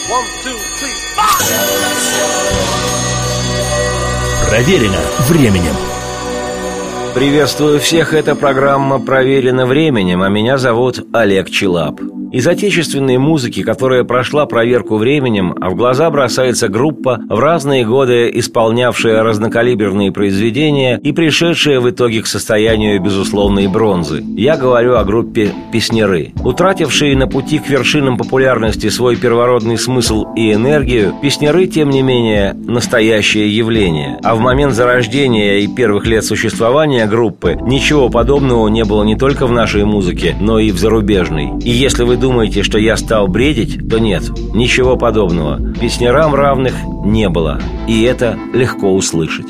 Проверено временем. Приветствую всех, это программа «Проверено временем», а меня зовут Олег Челап. Из отечественной музыки, которая прошла проверку временем, а в глаза бросается группа, в разные годы исполнявшая разнокалиберные произведения и пришедшая в итоге к состоянию безусловной бронзы. Я говорю о группе «Песняры». Утратившие на пути к вершинам популярности свой первородный смысл и энергию, «Песняры», тем не менее, настоящее явление. А в момент зарождения и первых лет существования группы ничего подобного не было не только в нашей музыке, но и в зарубежной. И если вы думаете, что я стал бредить, то нет, ничего подобного. Песнярам равных не было, и это легко услышать.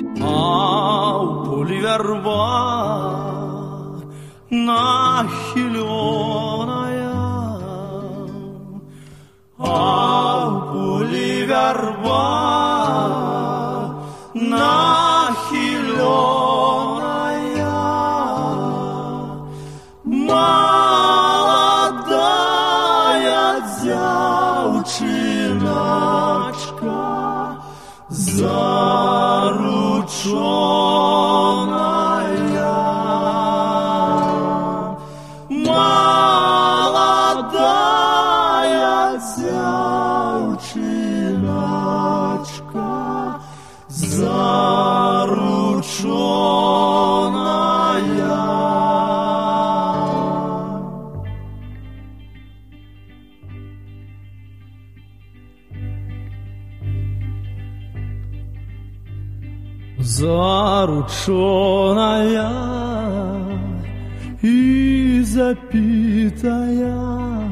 Девчиночка зарученная, молодая девчиночка зарученная. Зарученная и запитая,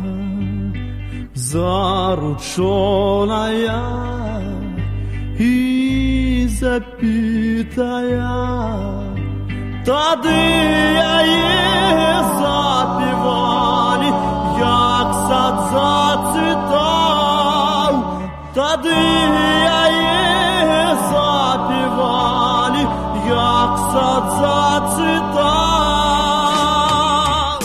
зарученная и запитая, тады яе запівали, як сад зацвітав, тады яе запівали, як сад зацвітав.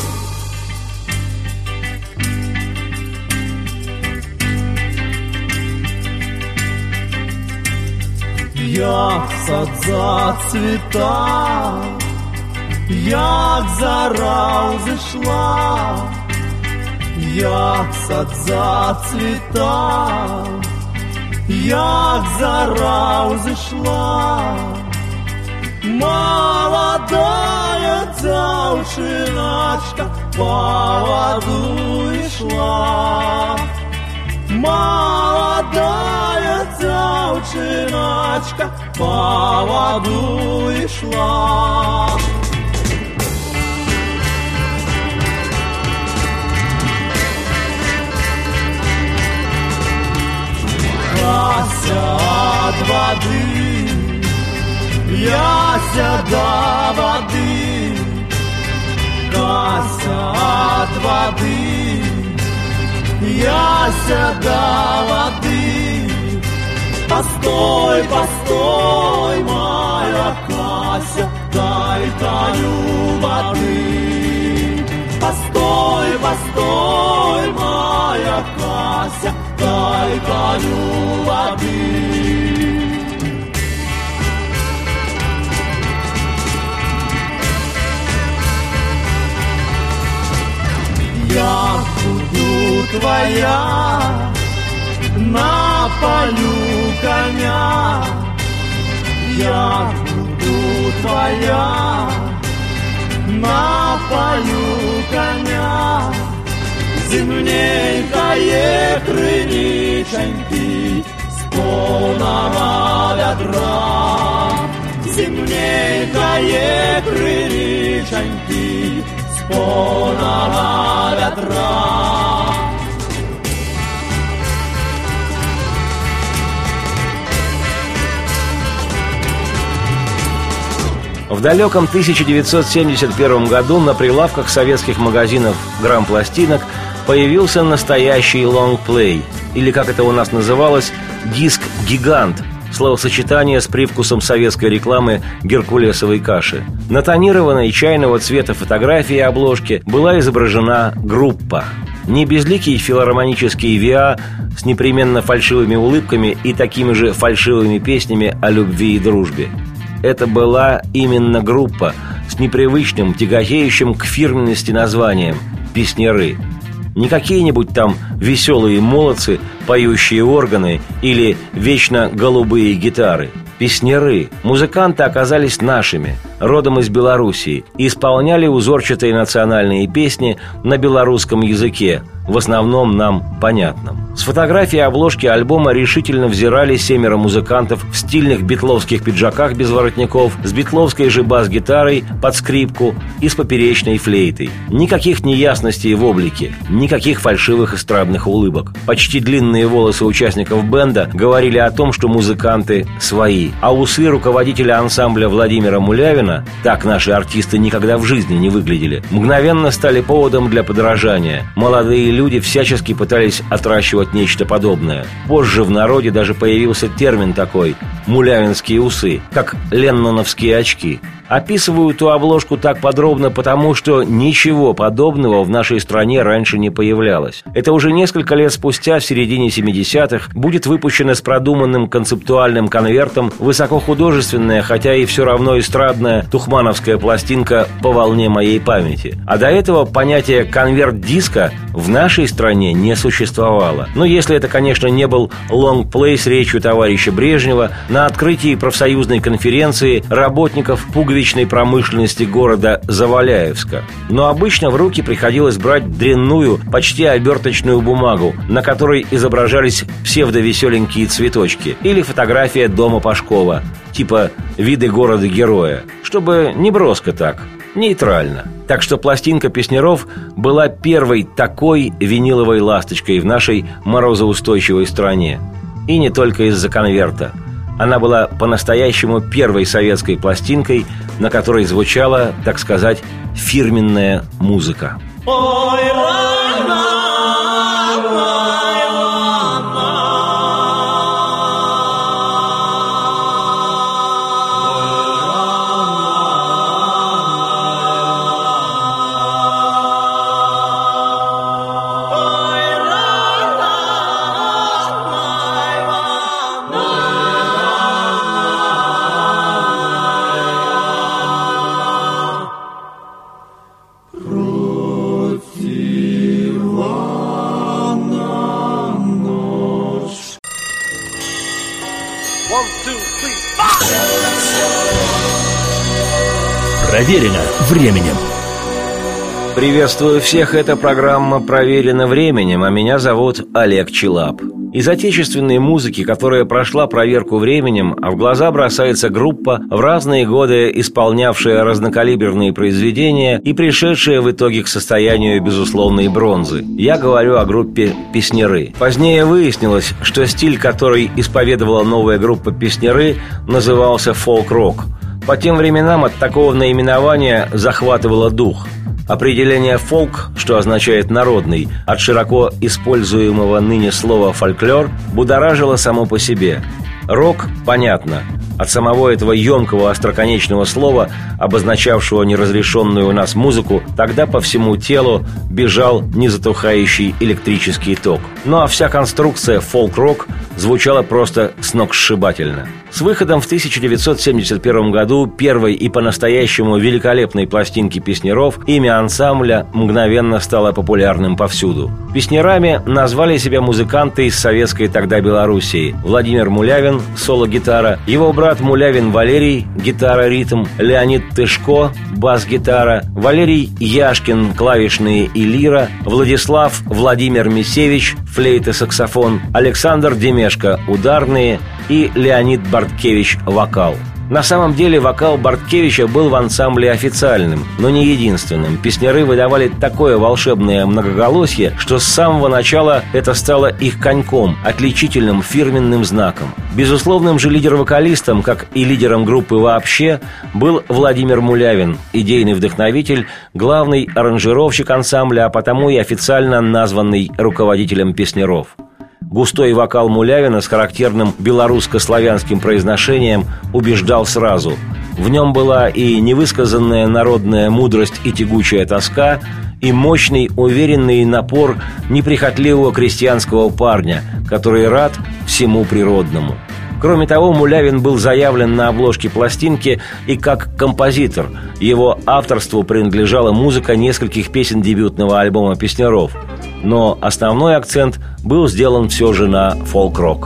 Як сад зацвітав, як зара взійшла, як сад зацвітав, як зара взійшла, молодая девчиночка по воду ішла, молодая девчиночка по воду ішла. Яся от воды, яся до воды, Яся от воды, яся до воды. Постой, постой, моя Кася, дай Таню воды. Постой, постой, моя Кася, дай Таню воды. Я буду твоя, на полю коня. Я буду твоя, на полю коня. Зимненькое крыниченьки с полного ведра. Зимненькое крыниченьки с полного ведра. В далеком 1971 году на прилавках советских магазинов грамм-пластинок появился настоящий лонгплей, или, как это у нас называлось, диск-гигант, словосочетание с привкусом советской рекламы геркулесовой каши. На тонированной чайного цвета фотографии обложки была изображена группа. Не безликий филармонический ВИА с непременно фальшивыми улыбками и такими же фальшивыми песнями о любви и дружбе. Это была именно группа с непривычным, тяготеющим к фирменности названием «Песняры». Не какие-нибудь там веселые молодцы, поющие органы или вечно голубые гитары. Песняры, музыканты оказались нашими, родом из Белоруссии, и исполняли узорчатые национальные песни на белорусском языке, в основном нам понятном. С фотографии обложки альбома решительно взирали 7 музыкантов в стильных битловских пиджаках без воротников, с битловской же бас-гитарой под скрипку и с поперечной флейтой. Никаких неясностей в облике, никаких фальшивых эстрадных улыбок. Почти длинные волосы участников бенда говорили о том, что музыканты свои. А усы руководителя ансамбля Владимира Мулявина, так наши артисты никогда в жизни не выглядели, мгновенно стали поводом для подражания. Молодые люди всячески пытались отращивать нечто подобное. Позже в народе даже появился термин такой – «мулявинские усы», как ленноновские очки. Описываю эту обложку так подробно, потому что ничего подобного в нашей стране раньше не появлялось. Это уже несколько лет спустя, в середине 70-х, будет выпущена с продуманным концептуальным конвертом высокохудожественная, хотя и все равно эстрадная тухмановская пластинка «По волне моей памяти». А до этого понятие «конверт-диска» в нашей стране не существовало. Но если это, конечно, не был лонгплей с речью товарища Брежнева на открытии профсоюзной конференции работников пуговичной промышленности города Заваляевска. Но обычно в руки приходилось брать дрянную, почти оберточную бумагу, на которой изображались псевдовеселенькие цветочки, или фотография дома Пашкова, типа «Виды города-героя», чтобы не броско так, нейтрально. Так что пластинка Песняров была первой такой виниловой ласточкой в нашей морозоустойчивой стране. И не только из-за конверта. Она была по-настоящему первой советской пластинкой, на которой звучала, так сказать, фирменная музыка. Проверено временем. Приветствую всех, это программа «Проверено временем», а меня зовут Олег Челап. Из отечественной музыки, которая прошла проверку временем, а в глаза бросается группа, в разные годы исполнявшая разнокалиберные произведения и пришедшая в итоге к состоянию безусловной бронзы. Я говорю о группе «Песняры». Позднее выяснилось, что стиль, который исповедовала новая группа «Песняры», назывался фолк-рок. По тем временам от такого наименования захватывало дух. Определение «фолк», что означает «народный», от широко используемого ныне слова «фольклор», будоражило само по себе. Рок – понятно. От самого этого емкого остроконечного слова, обозначавшего неразрешенную у нас музыку, тогда по всему телу бежал незатухающий электрический ток. Ну а вся конструкция фолк-рок звучала просто сногсшибательно. С выходом в 1971 году первой и по-настоящему великолепной пластинки Песняров имя ансамбля мгновенно стало популярным повсюду. Песнярами назвали себя музыканты из советской тогда Белоруссии: Владимир Мулявин, соло-гитара, его брат Мулявин Валерий, гитара-ритм, Леонид Тышко, бас-гитара, Валерий Яшкин, клавишные и лира, Владислав Владимир Мисевич, флейта-саксофон, Александр Демешко, ударные и Леонид Барткевич, вокал. На самом деле вокал Барткевича был в ансамбле официальным, но не единственным. Песняры выдавали такое волшебное многоголосье, что с самого начала это стало их коньком, отличительным фирменным знаком. Безусловным же лидер-вокалистом, как и лидером группы вообще, был Владимир Мулявин, идейный вдохновитель, главный аранжировщик ансамбля, а потому и официально названный руководителем Песняров. Густой вокал Мулявина с характерным белорусско-славянским произношением убеждал сразу. В нем была и невысказанная народная мудрость и тягучая тоска, и мощный, уверенный напор неприхотливого крестьянского парня, который рад всему природному. Кроме того, Мулявин был заявлен на обложке пластинки и как композитор. Его авторству принадлежала музыка нескольких песен дебютного альбома «Песняров». Но основной акцент был сделан все же на фолк-рок.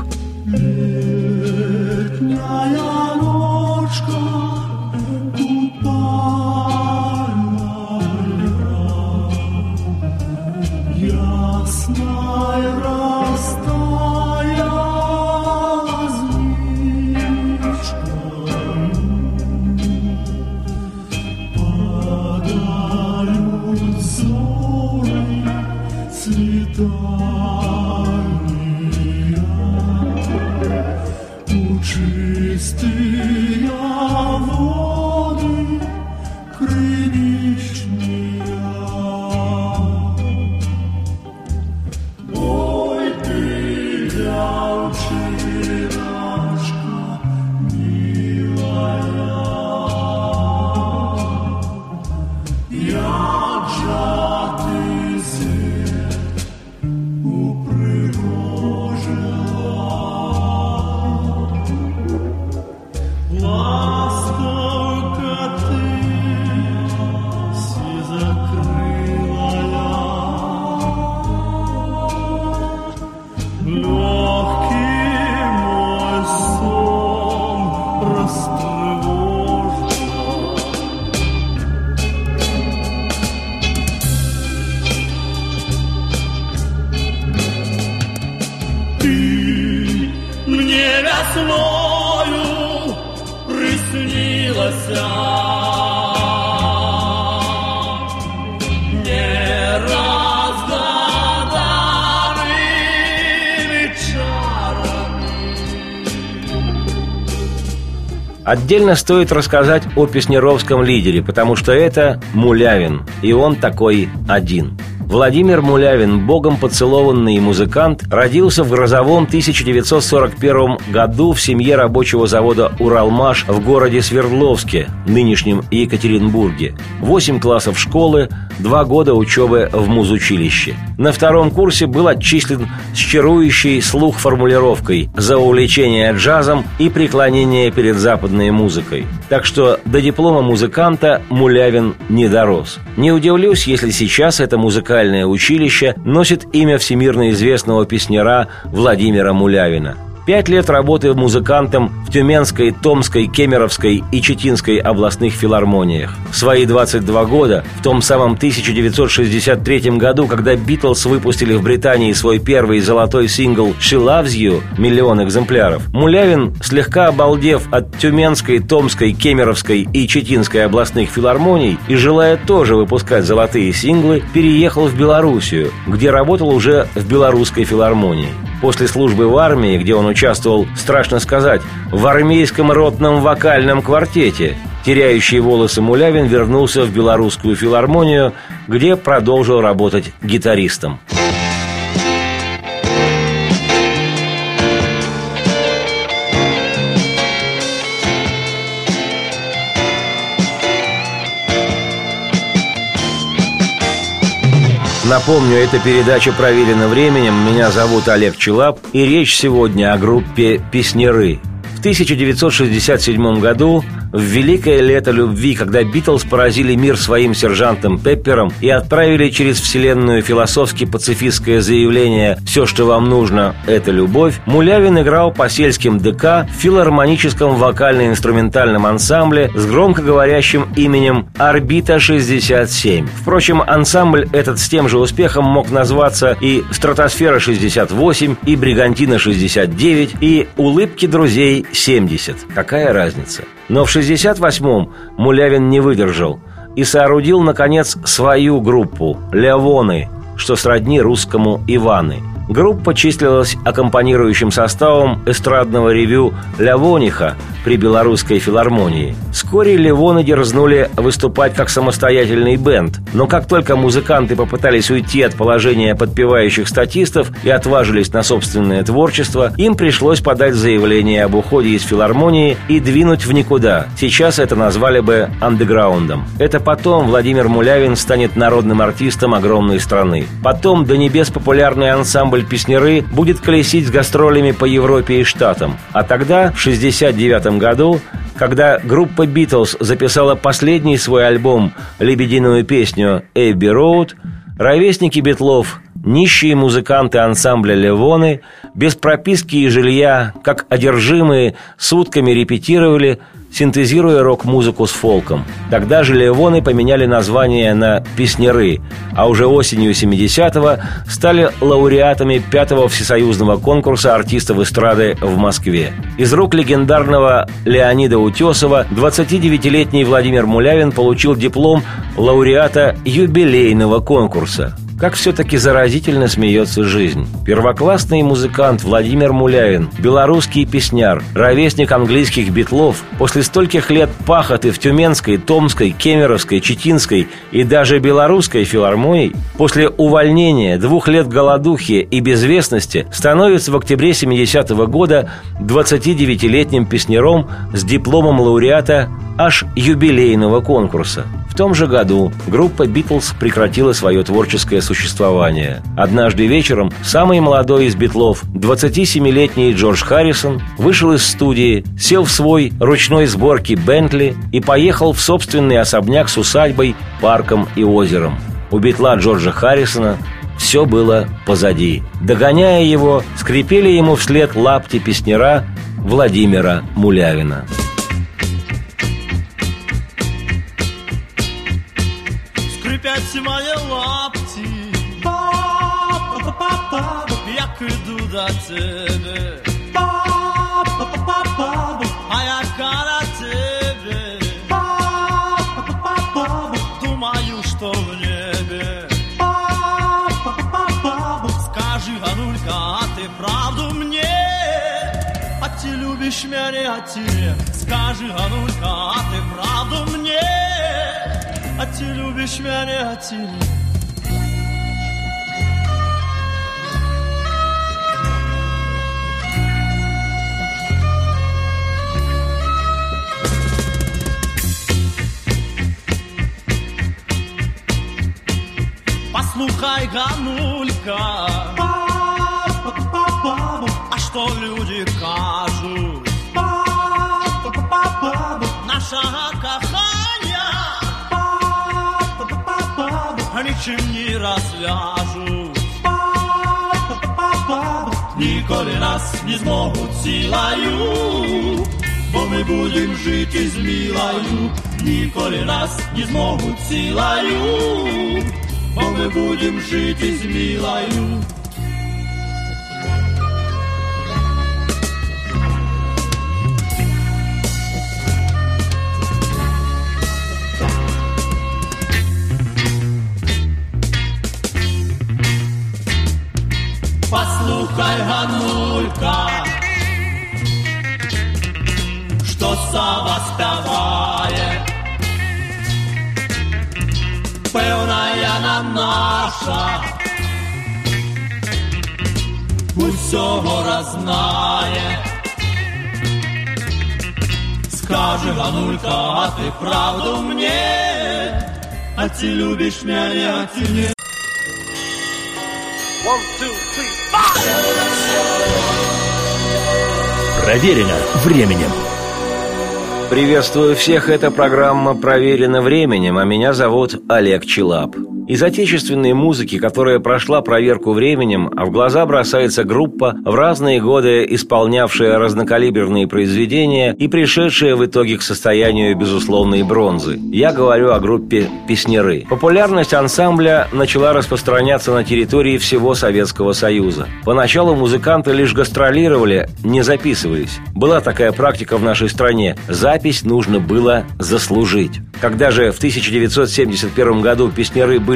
Чистые воды крыничные. Ой, ты, девчиночка милая, як же ты свет упригожила. Ласковка ты си закрылая, легкий мой сон растревожила. Ты мне весною приснилась неразгаданными чарами. Отдельно стоит рассказать о песнеровском лидере, потому что это Мулявин, и он такой один. Владимир Мулявин, богом поцелованный музыкант, родился в грозовом 1941 году в семье рабочего завода «Уралмаш» в городе Свердловске, нынешнем Екатеринбурге. 8 классов школы, 2 года учебы в музучилище. На 2-м курсе был отчислен с чарующей слух формулировкой «за увлечение джазом и преклонение перед западной музыкой». Так что до диплома музыканта Мулявин не дорос. Не удивлюсь, если сейчас это музыкальное училище носит имя всемирно известного песняра Владимира Мулявина. 5 лет работы музыкантом в Тюменской, Томской, Кемеровской и Читинской областных филармониях. В свои 22 года, в том самом 1963 году, когда «Битлз» выпустили в Британии свой первый золотой сингл «She Loves You» миллион экземпляров, Мулявин, слегка обалдев от Тюменской, Томской, Кемеровской и Читинской областных филармоний и желая тоже выпускать золотые синглы, переехал в Белоруссию, где работал уже в Белорусской филармонии. После службы в армии, где он участвовал, страшно сказать, в армейском ротном вокальном квартете, теряющий волосы Мулявин вернулся в Белорусскую филармонию, где продолжил работать гитаристом. Напомню, это передача «Проверено временем». Меня зовут Олег Челап, и речь сегодня о группе «Песняры». В 1967 году, в великое лето любви, когда «Битлз» поразили мир своим сержантом Пеппером и отправили через вселенную философски-пацифистское заявление «Все, что вам нужно, это любовь», Мулявин играл по сельским ДК в филармоническом вокально-инструментальном ансамбле с громкоговорящим именем «Орбита-67». Впрочем, ансамбль этот с тем же успехом мог назваться и «Стратосфера-68», и «Бригантина-69», и «Улыбки друзей 70». Какая разница? Но в 1968-м Мулявин не выдержал и соорудил, наконец, свою группу «Лявоны», что сродни русскому «Иваны». Группа числилась аккомпанирующим составом эстрадного ревю «Лявониха» при Белорусской филармонии. Вскоре Левоны дерзнули выступать как самостоятельный бэнд, но как только музыканты попытались уйти от положения подпевающих статистов и отважились на собственное творчество, им пришлось подать заявление об уходе из филармонии и двинуть в никуда. Сейчас это назвали бы андеграундом. Это потом Владимир Мулявин станет народным артистом огромной страны. Потом до небес популярный ансамбль «Песняры» будет колесить с гастролями по Европе и Штатам. А тогда, в 1969 году, когда группа «Битлз» записала последний свой альбом «Лебединую песню» «Эбби Роуд», ровесники Битлов, нищие музыканты ансамбля «Левоны», без прописки и жилья, как одержимые, сутками репетировали, синтезируя рок-музыку с фолком. Тогда же «Левоны» поменяли название на «Песняры», а уже осенью 70-го стали лауреатами 5-го всесоюзного конкурса артистов эстрады в Москве. Из рук легендарного Леонида Утесова 29-летний Владимир Мулявин получил диплом лауреата юбилейного конкурса. Как все-таки заразительно смеется жизнь. Первоклассный музыкант Владимир Мулявин, белорусский песняр, ровесник английских битлов, после стольких лет пахоты в Тюменской, Томской, Кемеровской, Читинской и даже белорусской филармонии, после увольнения, 2 лет голодухи и безвестности, становится в октябре 70-го года 29-летним песняром с дипломом лауреата аж юбилейного конкурса. В том же году группа «Битлз» прекратила свое творческое существование. Однажды вечером самый молодой из битлов, 27-летний Джордж Харрисон, вышел из студии, сел в свой ручной сборки «Бентли» и поехал в собственный особняк с усадьбой, парком и озером. У битла Джорджа Харрисона все было позади. Догоняя его, скрипели ему вслед лапти песняра Владимира Мулявина. Скрипять мои лапти, як іду до тебе, а яка на тебе, думаю, что в небе. Скажи, Ганулька, а ты правду мне? А ты любишь меня, а ты? Скажи, Ганулька, а ты правду мне? А ты любишь меня, а ты? Послухай, Ганулька, а что люди кажут? Наша кохання нічим не розв'яжуть. Ніколи нас не зможуть силою, бо ми будем жити з милою. Ніколи нас не зможуть силою, бо ми будем жити з милою. Послухай, Ганулька, що сама співає. Певна яна наша усього рознає. Скажи, Ганулька, а ти правду мне? А ти любиш мене, а ти не? 1, 2, 3, 5! Проверено временем. Приветствую всех, это программа «Проверено временем», а меня зовут Олег Челап. Из отечественной музыки, которая прошла проверку временем, а в глаза бросается группа, в разные годы исполнявшая разнокалиберные произведения и пришедшая в итоге к состоянию безусловной бронзы. Я говорю о группе «Песняры». Популярность ансамбля начала распространяться на территории всего Советского Союза. Поначалу музыканты лишь гастролировали, не записывались. Была такая практика в нашей стране. Запись нужно было заслужить. Когда же в 1971 году «Песняры» были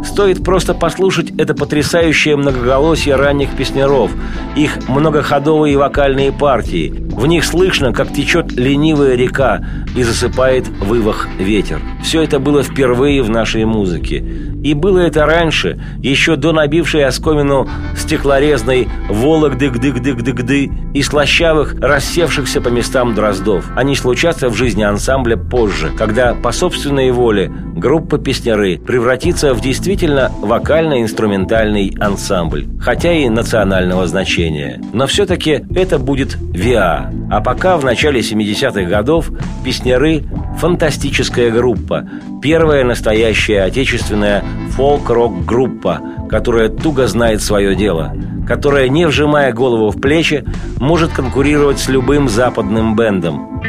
Стоит просто послушать это потрясающее многоголосие ранних песняров, их многоходовые вокальные партии. В них слышно, как течет ленивая река и засыпает вывах ветер. Все это было впервые в нашей музыке. И было это раньше, еще до набившей оскомину стеклорезной «Вологды-гды-гды-гды-гды» и слащавых, рассевшихся по местам дроздов. Они случатся в жизни ансамбля позже, когда по собственной воле группа «Песняры» превратится в действительно вокально-инструментальный ансамбль, хотя и национального значения. Но все-таки это будет ВИА. А пока в начале 70-х годов «Песняры» – фантастическая группа, первая настоящая отечественная фолк-рок-группа, которая туго знает свое дело, которая, не вжимая голову в плечи, может конкурировать с любым западным бэндом.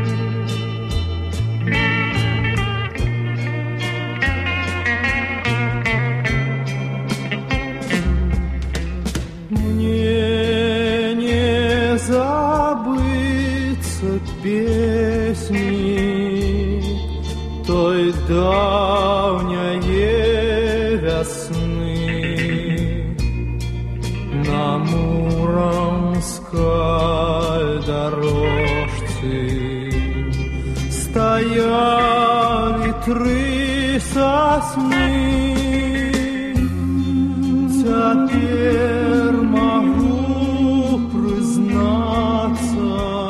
Мне не забыться песни той давней весны на Муромской дорожце стояли три сосны. Теперь могу признаться,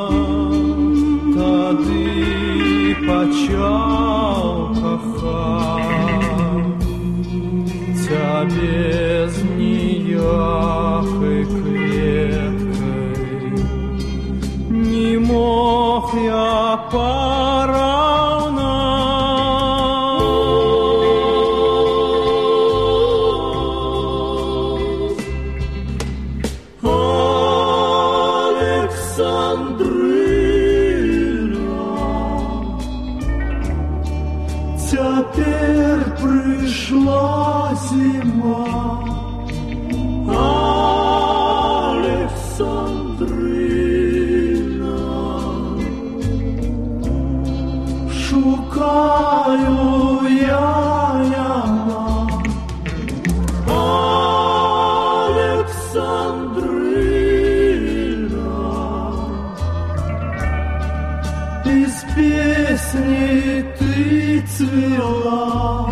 тады почал кохать тебя без ніякой клеткой. Не мог я поравнать. Теперь пришла зима, Александрина. Шукаю я Александрина. Из песни ты цвела,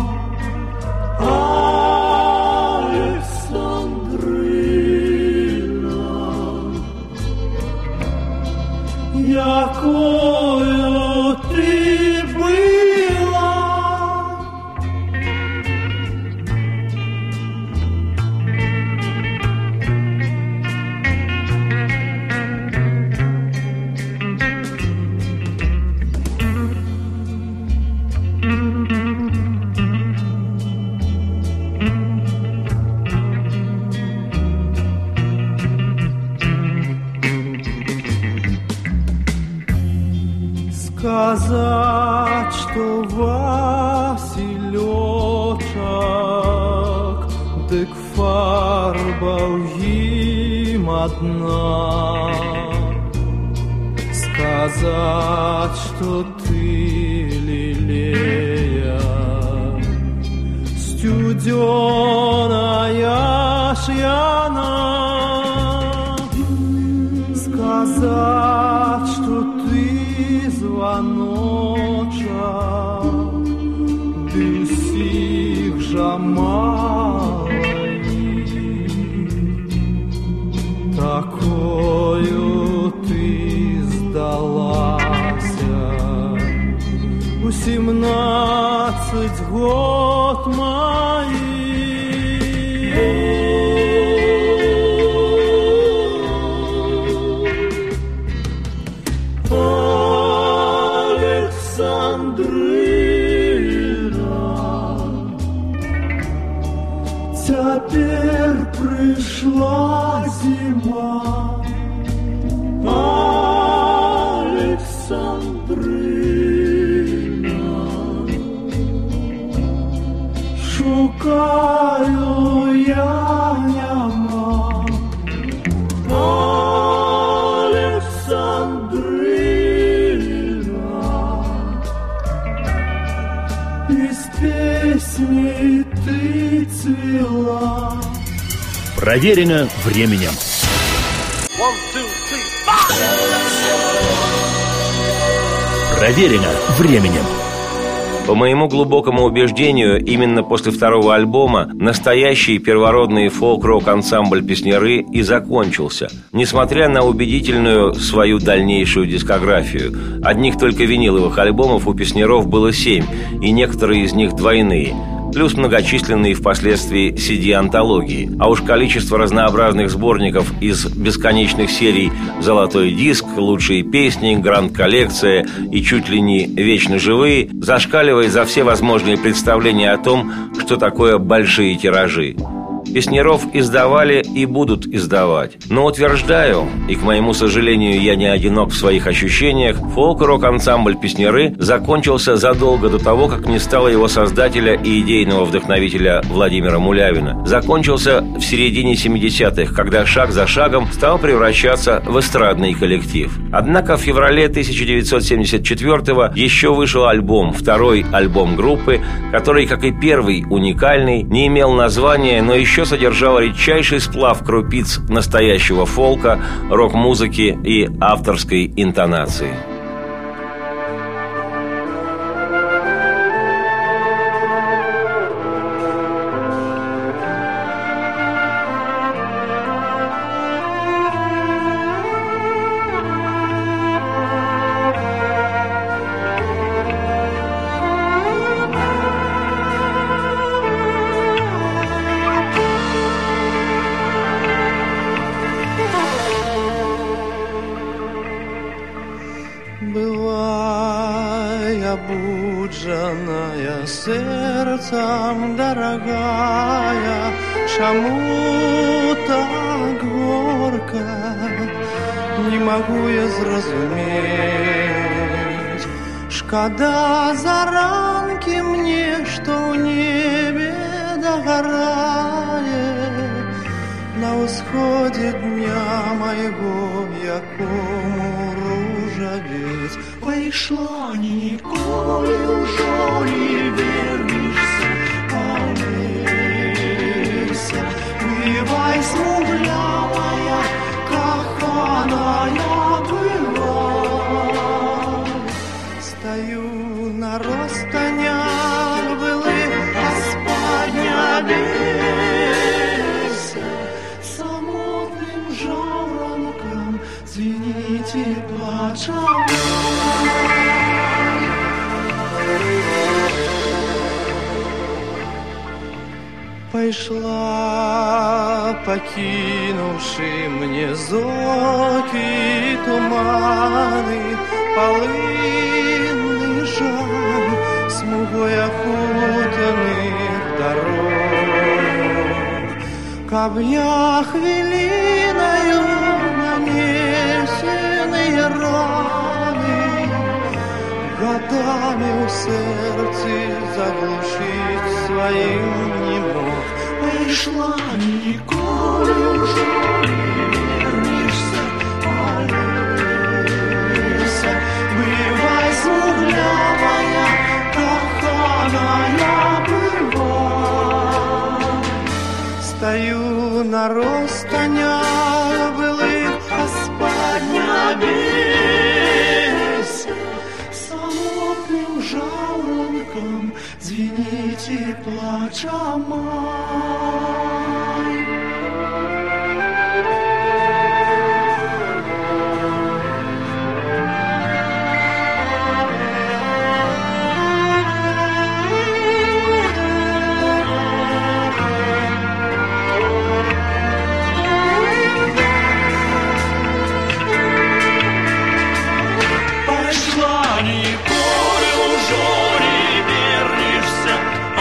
Александрина, якою ты была. Сказать, что Василечек, дык фарба им одна. Сказать, что ты лилея, студеная шьяна. Сказать, что ты звоночек, ты всех жамай, такою ты сдалася у 17 год моих. Теперь пришла зима, Александрина. Шукаю я Александрина. Из песни ты цвела. Проверено временем. Проверено временем. По моему глубокому убеждению, именно после второго альбома настоящий первородный фолк-рок-ансамбль «Песняры» и закончился, несмотря на убедительную свою дальнейшую дискографию. Одних только виниловых альбомов у «Песняров» было 7, и некоторые из них двойные, плюс многочисленные впоследствии CD-антологии. А уж количество разнообразных сборников из бесконечных серий «Золотой диск», «Лучшие песни», «Гранд-коллекция» и чуть ли не «Вечно живые» зашкаливает за все возможные представления о том, что такое большие тиражи. Песняров издавали и будут издавать. Но утверждаю, и, к моему сожалению, я не одинок в своих ощущениях, фолк-рок-ансамбль «Песняры» закончился задолго до того, как не стало его создателя и идейного вдохновителя Владимира Мулявина. Закончился в середине 70-х, когда шаг за шагом стал превращаться в эстрадный коллектив. Однако в феврале 1974-го еще вышел альбом, второй альбом группы, который, как и первый, уникальный, не имел названия, но еще содержал редчайший сплав крупиц настоящего фолка, рок-музыки и авторской интонации. Бывая буджаная сердцем дорогая, чому так горько, не могу я зразумець. Шкода заранки мне, что в небе догорает на восходе дня моего, якому ружавец. Пайшла ніколи ўжо не вернешься, Олеся. Бывай смуглявая, каханая бывай. Стою на розстанях былых, а спать не обейся. Самотным жаворонком звените плачем. Пайшла, покинувши мне зоки и туманы, полынный жар смугой окутанных дорог. Каб я хвилиною нанесенные раны годами у сердце заглушить своим не мог. Пайшла ніколи ўжо не вернешься, Олеся. Бывай смуглявая, каханая бывай. Стою на розстанях былых, а спать не обейся. Самотным жаворонком звените плача май. Пошла ніколи ўжо не вернешься,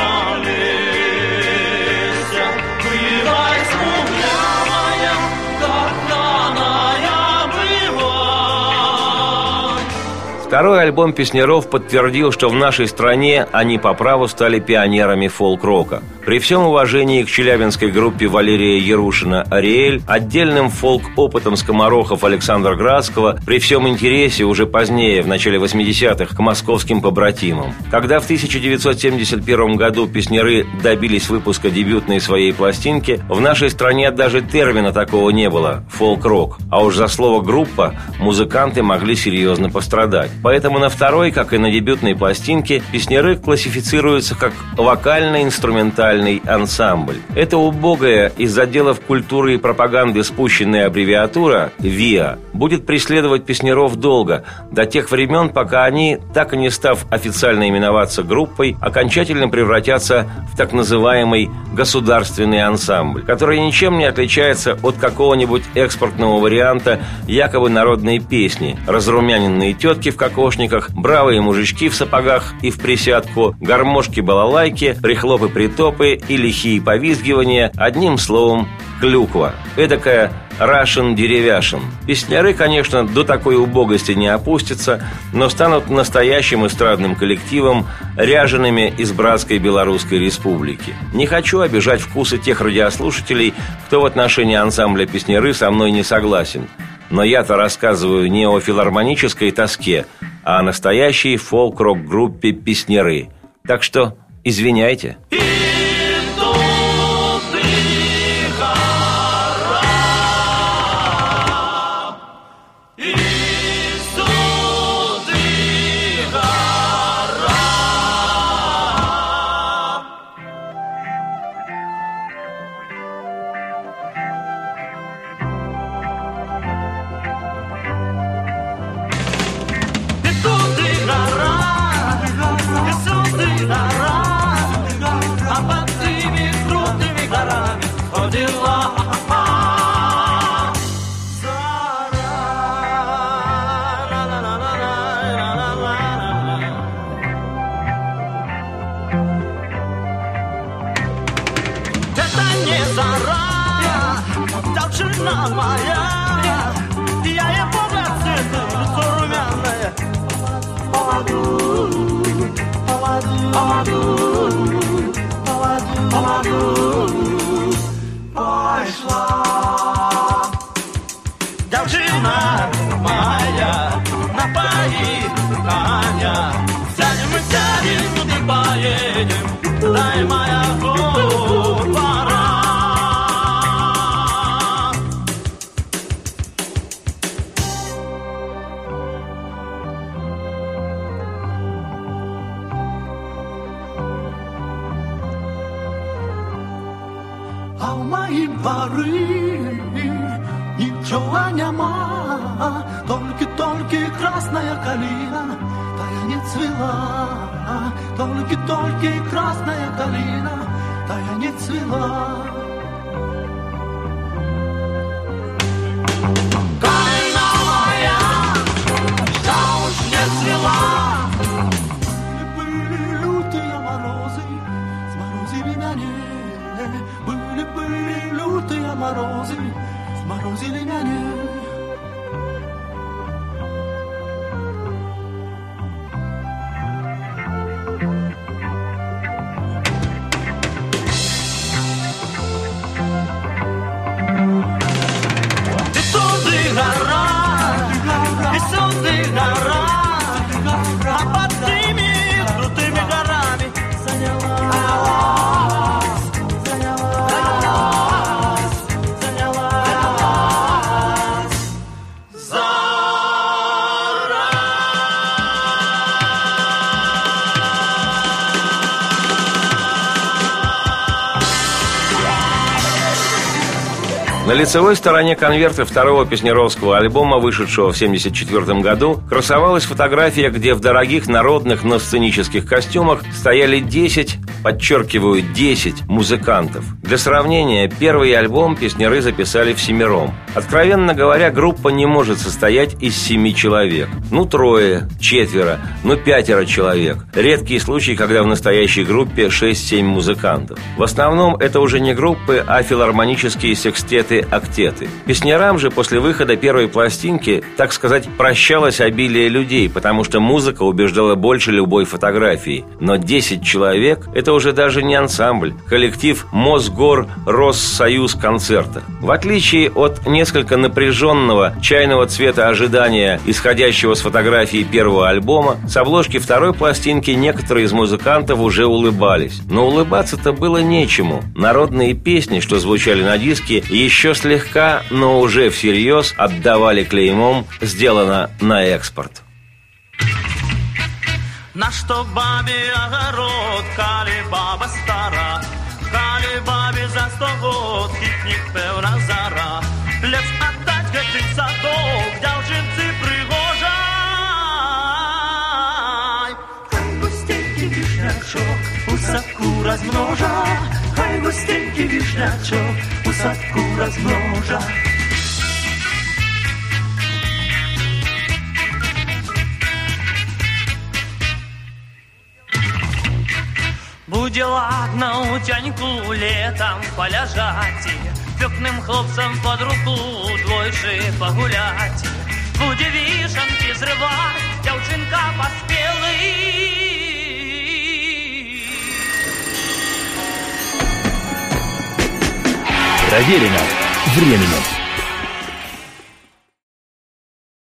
Олеся. Бывай смуглявая, каханая бывай. Второй альбом Песняров подтвердил, что в нашей стране они по праву стали пионерами фолк-рока. При всем уважении к челябинской группе Валерия Ярушина «Ариэль», отдельным фолк-опытом скоморохов Александра Градского, при всем интересе уже позднее, в начале 80-х, к московским побратимам. Когда в 1971 году песняры добились выпуска дебютной своей пластинки, в нашей стране даже термина такого не было – фолк-рок. А уж за слово «группа» музыканты могли серьезно пострадать. Поэтому на второй, как и на дебютной пластинке, песняры классифицируются как вокально-инструментальный ансамбль. Эта убогая из отделов культуры и пропаганды спущенная аббревиатура «ВИА» будет преследовать песняров долго, до тех времен, пока они, так и не став официально именоваться группой, окончательно превратятся в так называемый государственный ансамбль, который ничем не отличается от какого-нибудь экспортного варианта якобы народной песни: разрумяненные тетки в кокошниках, бравые мужички в сапогах и в присядку, гармошки-балалайки, прихлопы-притопы и лихие повизгивания, одним словом, клюква. Эдакая Russian деревяшин. Песняры, конечно, до такой убогости не опустятся, но станут настоящим эстрадным коллективом, ряжеными из братской Белорусской Республики. Не хочу обижать вкусы тех радиослушателей, кто в отношении ансамбля «Песняры» со мной не согласен. Но я-то рассказываю не о филармонической тоске, а о настоящей фолк-рок-группе «Песняры». Так что извиняйте. Девчина моя, я ей погляд цветный, лицо румяное. Пошла девчина моя, напои коня. Сядем, и поедем, дай моя пора. А в моей дворы ничего нема, только красная калина, тая не цвела, только красная калина, тая не цвела. Калина моя, я уж не цвела. Были лютые морозы, сморозили меня. Были лютые морозы, сморозили меня. Высоты гора, высоты гора, а под теми крутыми горами занялась. На лицевой стороне конверта второго песнyaровского альбома, вышедшего в 1974 году, красовалась фотография, где в дорогих народных, но сценических костюмах стояли 10, подчеркиваю, 10 музыкантов. Для сравнения, первый альбом песняры записали всемиром. Откровенно говоря, группа не может состоять из 7 человек. Ну, 3, 4, ну, 5 человек. Редкий случай, когда в настоящей группе 6-7 музыкантов. В основном это уже не группы, а филармонические секстеты звучали октеты. Песнярам же после выхода первой пластинки, так сказать, прощалось обилие людей, потому что музыка убеждала больше любой фотографии. Но 10 человек – это уже даже не ансамбль, коллектив Мосгор Россоюз концерта. В отличие от несколько напряженного чайного цвета ожидания, исходящего с фотографии первого альбома, с обложки второй пластинки некоторые из музыкантов уже улыбались. Но улыбаться-то было нечему. Народные песни, что звучали на диске, еще слегка, но уже всерьез отдавали клеймом «Сделано на экспорт». На что бабе огород, коли баба стара, коли бабе за 100 год хитник певна зара. Лепш отдать гэтый садок дзяўчынцы прыгожай. Хай густенький вишнячок у садку размножа, хай густенький вишнячок у садку размножа. Буде ладно у тяньку летом поляжать, вёкным хлопцам под руку двойши погулять. Буде вишенки зрывать, дзяўчынка поспелый. Проверено временем.